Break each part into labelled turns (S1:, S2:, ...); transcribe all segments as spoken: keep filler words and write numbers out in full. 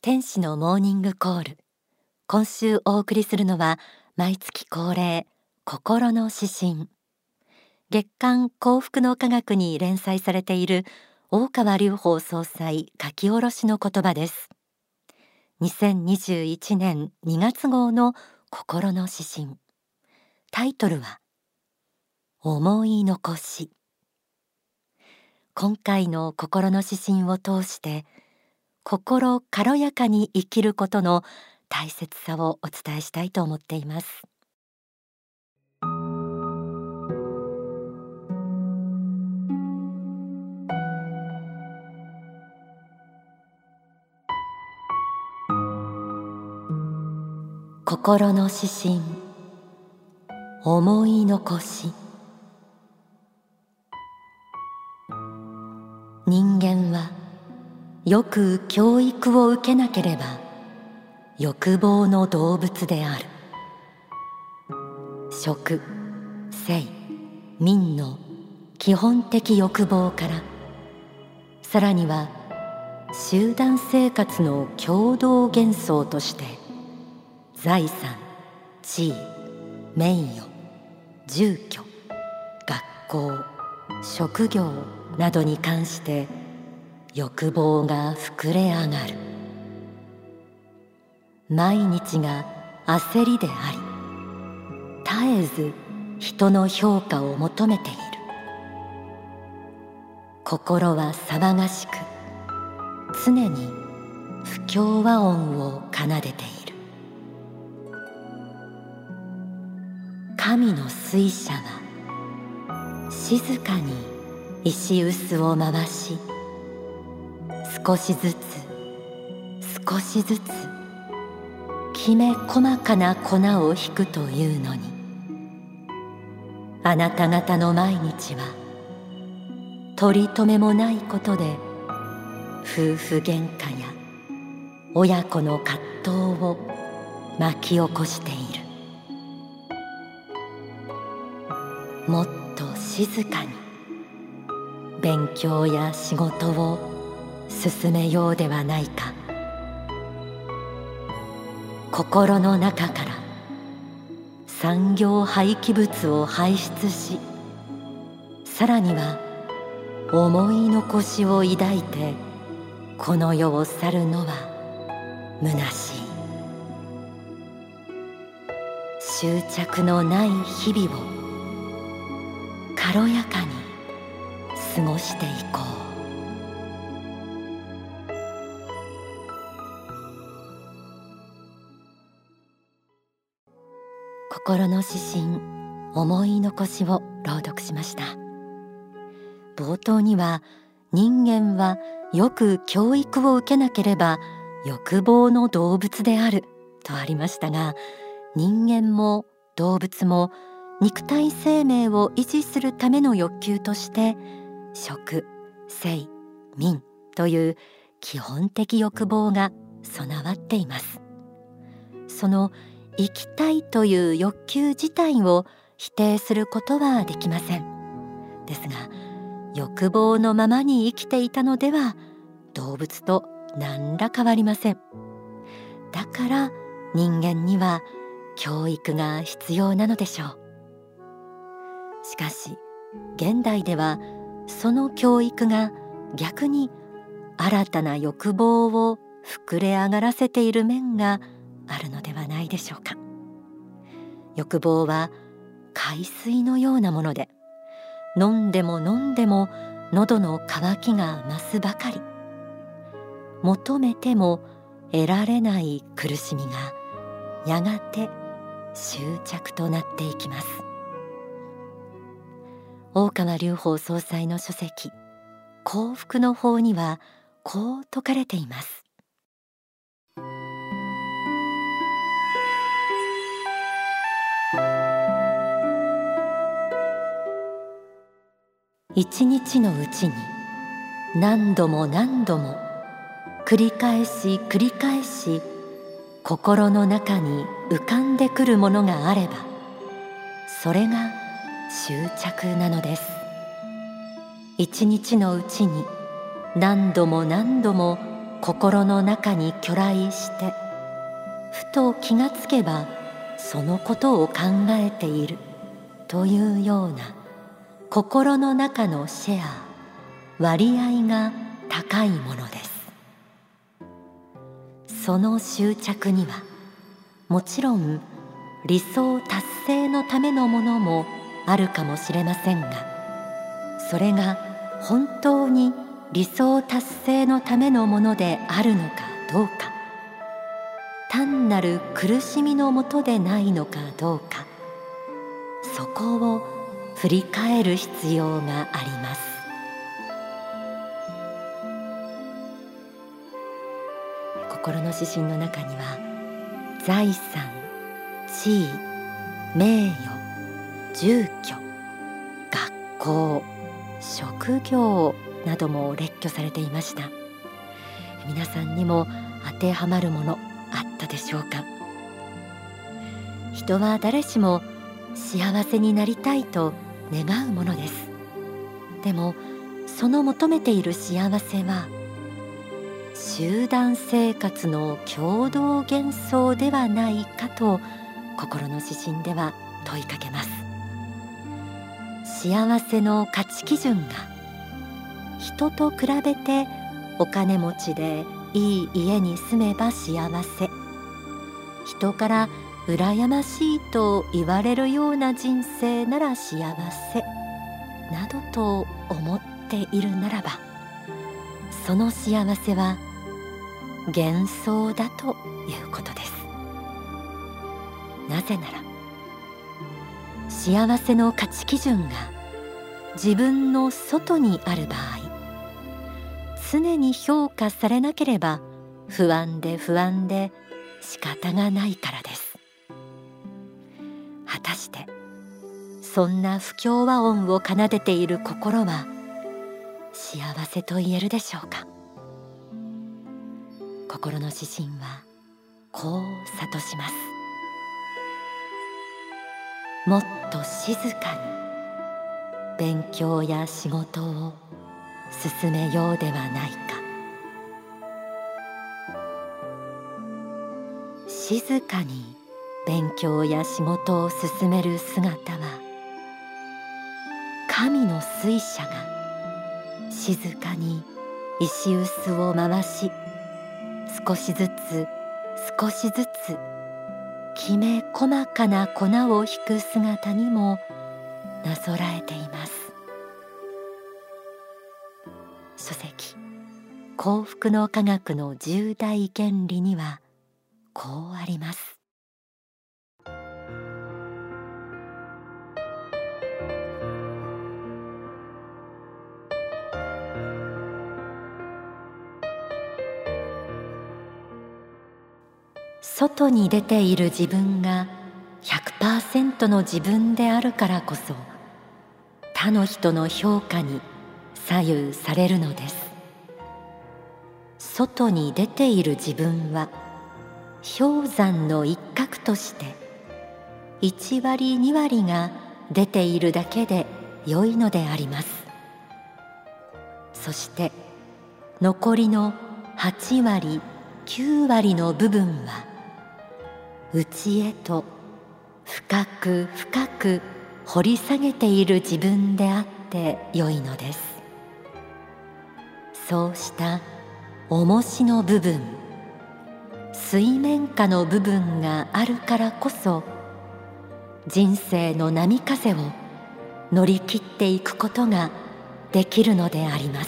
S1: 天使のモーニングコール。今週お送りするのは毎月恒例、心の指針。月刊幸福の科学に連載されている大川隆法総裁書き下ろしの言葉です。にせんにじゅういちねんにがつ号の心の指針。タイトルは思い残し。今回の心の指針を通して心軽やかに生きることの大切さをお伝えしたいと思っています。心の指針、思い残し。人間はよく教育を受けなければ欲望の動物である。食、性、民の基本的欲望から、さらには集団生活の共同幻想として財産、地位、名誉、住居、学校、職業などに関して欲望が膨れ上がる。毎日が焦りであり、絶えず人の評価を求めている。心は騒がしく、常に不協和音を奏でている。神の水車は静かに石臼を回し、少しずつ少しずつきめ細かな粉をひくというのに、あなた方の毎日は取り留めもないことで夫婦喧嘩や親子の葛藤を巻き起こしている。もっと静かに勉強や仕事を進めようではないか。心の中から産業廃棄物を排出し、さらには思い残しを抱いてこの世を去るのは虚しい。執着のない日々を軽やかに過ごしていこう。心の指針、思い残しを朗読しました。冒頭には、人間はよく教育を受けなければ欲望の動物であるとありましたが、人間も動物も肉体生命を維持するための欲求として食、性、民という基本的欲望が備わっています。その生きたいという欲求自体を否定することはできません。ですが、欲望のままに生きていたのでは動物と何ら変わりません。だから人間には教育が必要なのでしょう。しかし現代ではその教育が逆に新たな欲望を膨れ上がらせている面があるのではないでしょうか。欲望は海水のようなもので、飲んでも飲んでも喉の渇きが増すばかり。求めても得られない苦しみがやがて執着となっていきます。大川隆法総裁の書籍幸福の法にはこう説かれています。一日のうちに何度も何度も繰り返し繰り返し心の中に浮かんでくるものがあれば、それが執着なのです。一日のうちに何度も何度も心の中に去来してふと気がつけばそのことを考えているというような心の中のシェア、割合が高いものです。その執着にはもちろん理想達成のためのものもあるかもしれませんが、それが本当に理想達成のためのものであるのかどうか、単なる苦しみのもとでないのかどうか、そこを振り返る必要があります。心の指針の中には財産、地位、名誉、住居、学校、職業なども列挙されていました。皆さんにも当てはまるものあったでしょうか。人は誰しも幸せになりたいと願うものです。でもその求めている幸せは集団生活の共同幻想ではないかと心の指針では問いかけます。幸せの価値基準が人と比べてお金持ちでいい家に住めば幸せ、人から羨ましいと言われるような人生なら幸せなどと思っているならば、その幸せは幻想だということです。なぜなら幸せの価値基準が自分の外にある場合、常に評価されなければ不安で不安で仕方がないからです。果たしてそんな不協和音を奏でている心は幸せと言えるでしょうか。心の指針はこう諭します。もっと静かに勉強や仕事を進めようではないか。静かに勉強や仕事を進める姿は、神の水車が静かに石臼を回し、少しずつ少しずつきめ細かな粉をひく姿にもなぞらえています。書籍幸福の科学の重大原理にはこうあります。外に出ている自分が ひゃくパーセント の自分であるからこそ、他の人の評価に左右されるのです。外に出ている自分は氷山の一角としていち割に割が出ているだけで良いのであります。そして残りのはち割きゅう割の部分は内へと深く深く掘り下げている自分であって良いのです。そうした重しの部分、水面下の部分があるからこそ、人生の波風を乗り切っていくことができるのであります。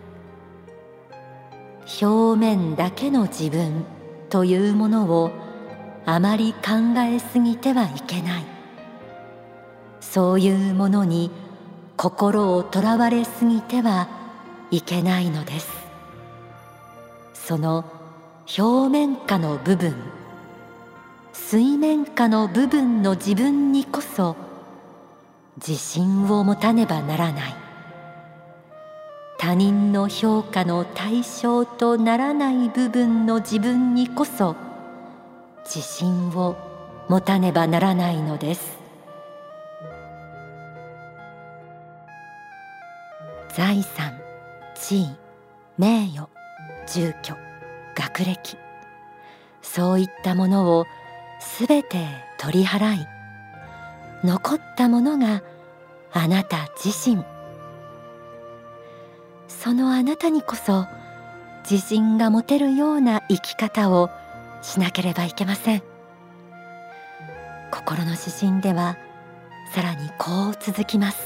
S1: 表面だけの自分というものをあまり考えすぎてはいけない。そういうものに心をとらわれすぎてはいけないのです。その表面下の部分、水面下の部分の自分にこそ自信を持たねばならない。他人の評価の対象とならない部分の自分にこそ自信を持たねばならないのです。財産、地位、名誉、 住居、学歴、そういったものをすべて取り払い、残ったものがあなた自身。そのあなたにこそ自信が持てるような生き方をしなければいけません。心の指針ではさらにこう続きます。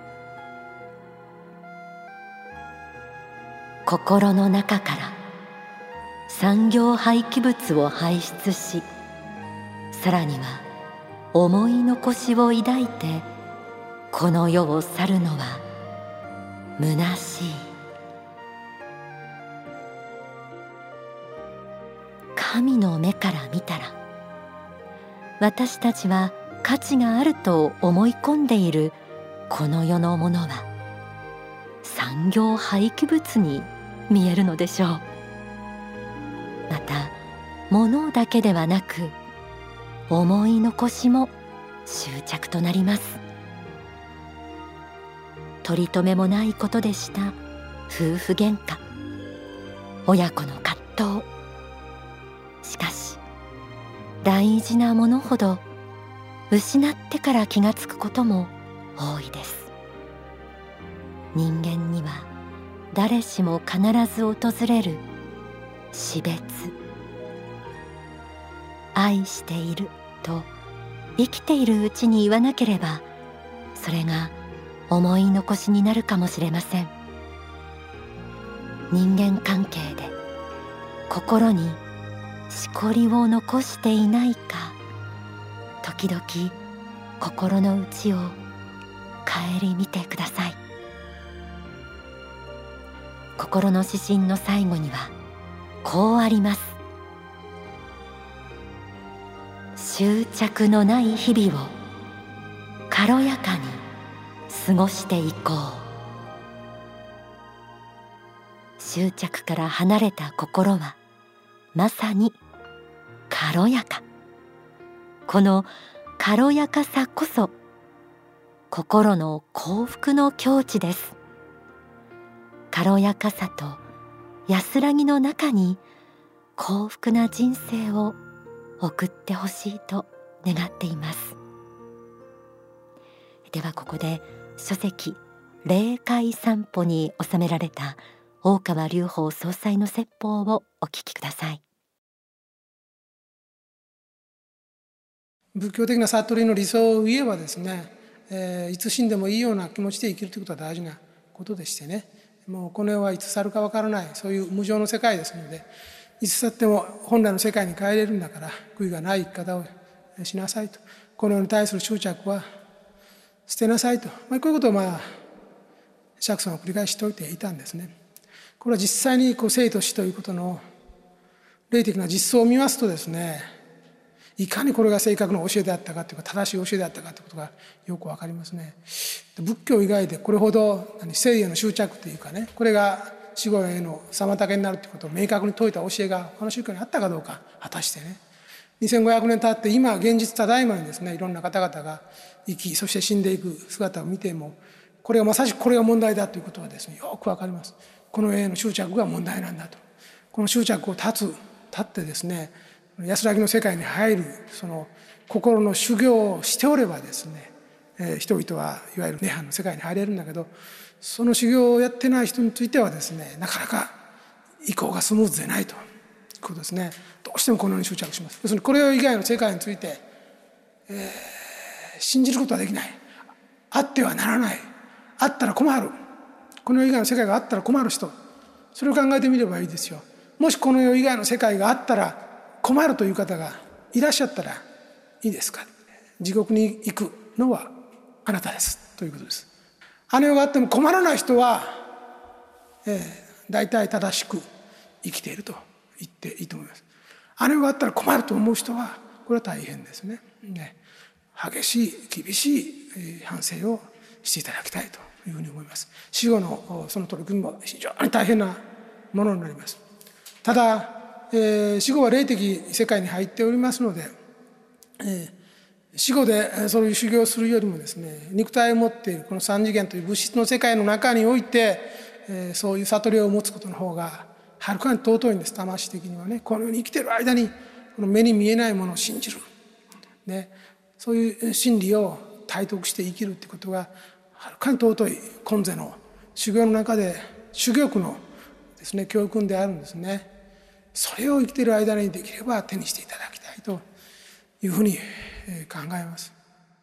S1: 心の中から産業廃棄物を排出し、さらには思い残しを抱いてこの世を去るのは虚しい。神の目から見たら、私たちは価値があると思い込んでいるこの世のものは産業廃棄物に見えるのでしょう。また物だけではなく思い残しも執着となります。取り留めもないことでした夫婦喧嘩、親子の葛藤。しかし大事なものほど失ってから気がつくことも多いです。人間には誰しも必ず訪れる死別。愛していると生きているうちに言わなければ、それが思い残しになるかもしれません。人間関係で心にしこりを残していないか、時々心の内を顧みてください。心の指針の最後にはこうあります。執着のない日々を軽やかに過ごしていこう。執着から離れた心はまさに軽やか。この軽やかさこそ心の幸福の境地です。軽やかさと安らぎの中に幸福な人生を送ってほしいと願っています。ではここで書籍霊界散歩に収められた大川隆法総裁の説法をお聞きください。
S2: 仏教的な悟りの理想を言えばですね、えー、いつ死んでもいいような気持ちで生きるということは大事なことでしてね、もうこの世はいつ去るか分からない、そういう無常の世界ですので、いつ去っても本来の世界に帰れるんだから悔いがない生き方をしなさいと、この世に対する執着は捨てなさいと、まあ、こういうことをまあ釈尊は繰り返しておいていたんですね。これは実際にこう生と死ということの霊的な実相を見ますとですね、いかにこれが正確な教えであったかというか正しい教えであったかということがよくわかりますね。仏教以外でこれほど生への執着というかね、これが死後への妨げになるということを明確に説いた教えが他の宗教にあったかどうか、果たしてね、にせんごひゃくねん経って今現実ただいまにですね、いろんな方々が生き、そして死んでいく姿を見ても、これがまさしくこれが問題だということはですね、よくわかります。この世への執着が問題なんだと。この執着を断つ、立ってですね、安らぎの世界に入るその心の修行をしておればですね、えー、人々はいわゆる涅槃の世界に入れるんだけど、その修行をやってない人についてはですね、なかなか移行がスムーズでないということですね。どうしてもこのように執着します。要するにこれ以外の世界について、えー、信じることはできない、あってはならない、あったら困る、この世以外の世界があったら困る人、それを考えてみればいいですよ。もしこの世以外の世界があったら困るという方がいらっしゃったらいいですか。地獄に行くのはあなたですということです。あの世があっても困らない人は、えー、大体正しく生きていると言っていいと思います。あの世があったら困ると思う人はこれは大変ですね。ね、激しい厳しい反省をしていただきたいというふうに思います。死後のその取り組みも非常に大変なものになります。ただえー、死後は霊的世界に入っておりますので、えー、死後でそういう修行をするよりもですね、肉体を持っているこの三次元という物質の世界の中において、えー、そういう悟りを持つことの方がはるかに尊いんです。魂的にはね、この世に生きている間にこの目に見えないものを信じる、ね、そういう真理を体得して生きるってことがはるかに尊い今世の修行の中で修行苦のですね、教訓であるんですね。それを生きている間にできれば手にしていただきたいというふうに考えます。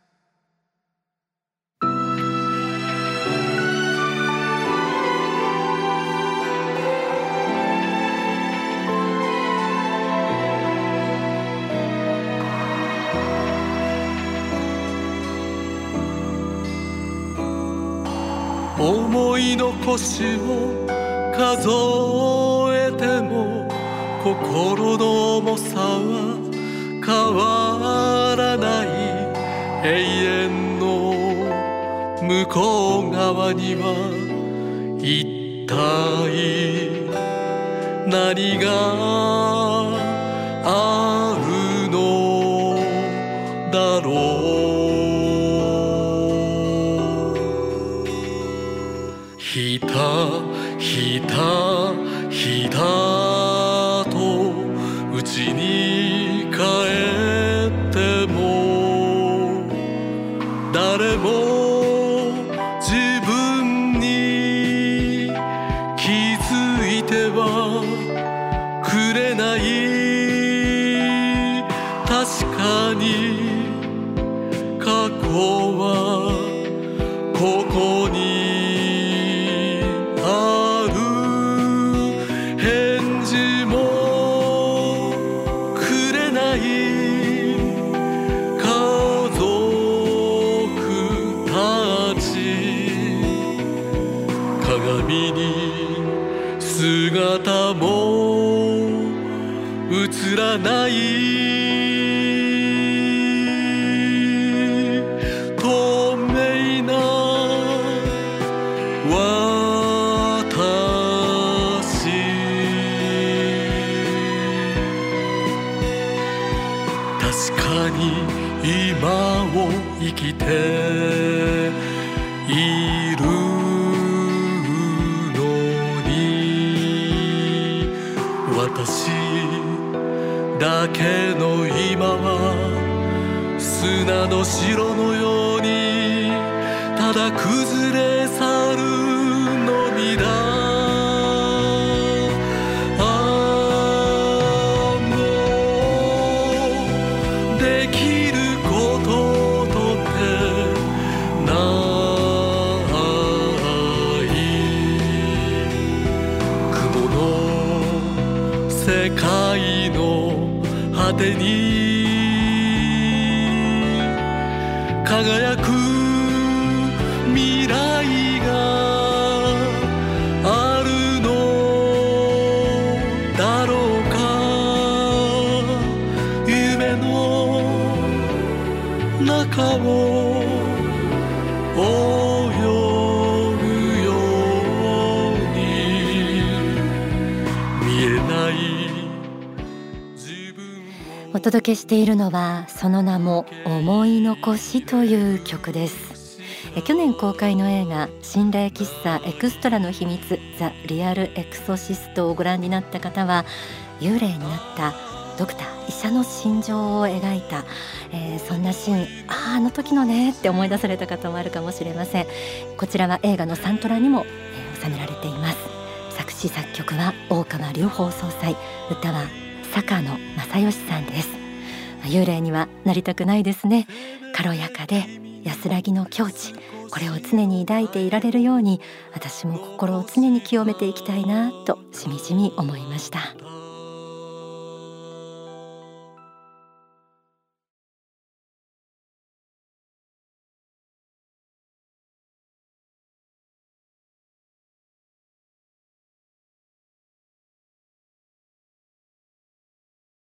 S3: 思い残しを数えても心の重さは変わらない。永遠の向こう側には一体何があるのだろう。ひたひたひたとうちに帰っても誰も自分に気づいてはくれない。確かに過去はここに鏡に姿も映らない透明な私。確かに今を生きている私だけの今は砂の城のようにただ崩れ去るのみだ。ああもうできることとってない雲の世界の果てに輝く未来があるのだろうか。夢の中を泳ぐように見えない
S1: お届けしているのはその名も思い残しという曲です。え去年公開の映画心霊喫茶エクストラの秘密ザ・リアルエクソシストをご覧になった方は幽霊になったドクター医者の心情を描いた、えー、そんなシーン、あああの時のねって思い出された方もあるかもしれません。こちらは映画のサントラにも、えー、収められています。作詞作曲は大川隆法総裁、歌は坂野正義さんです。幽霊にはなりたくないですね。軽やかで安らぎの境地、これを常に抱いていられるように私も心を常に清めていきたいなとしみじみ思いました。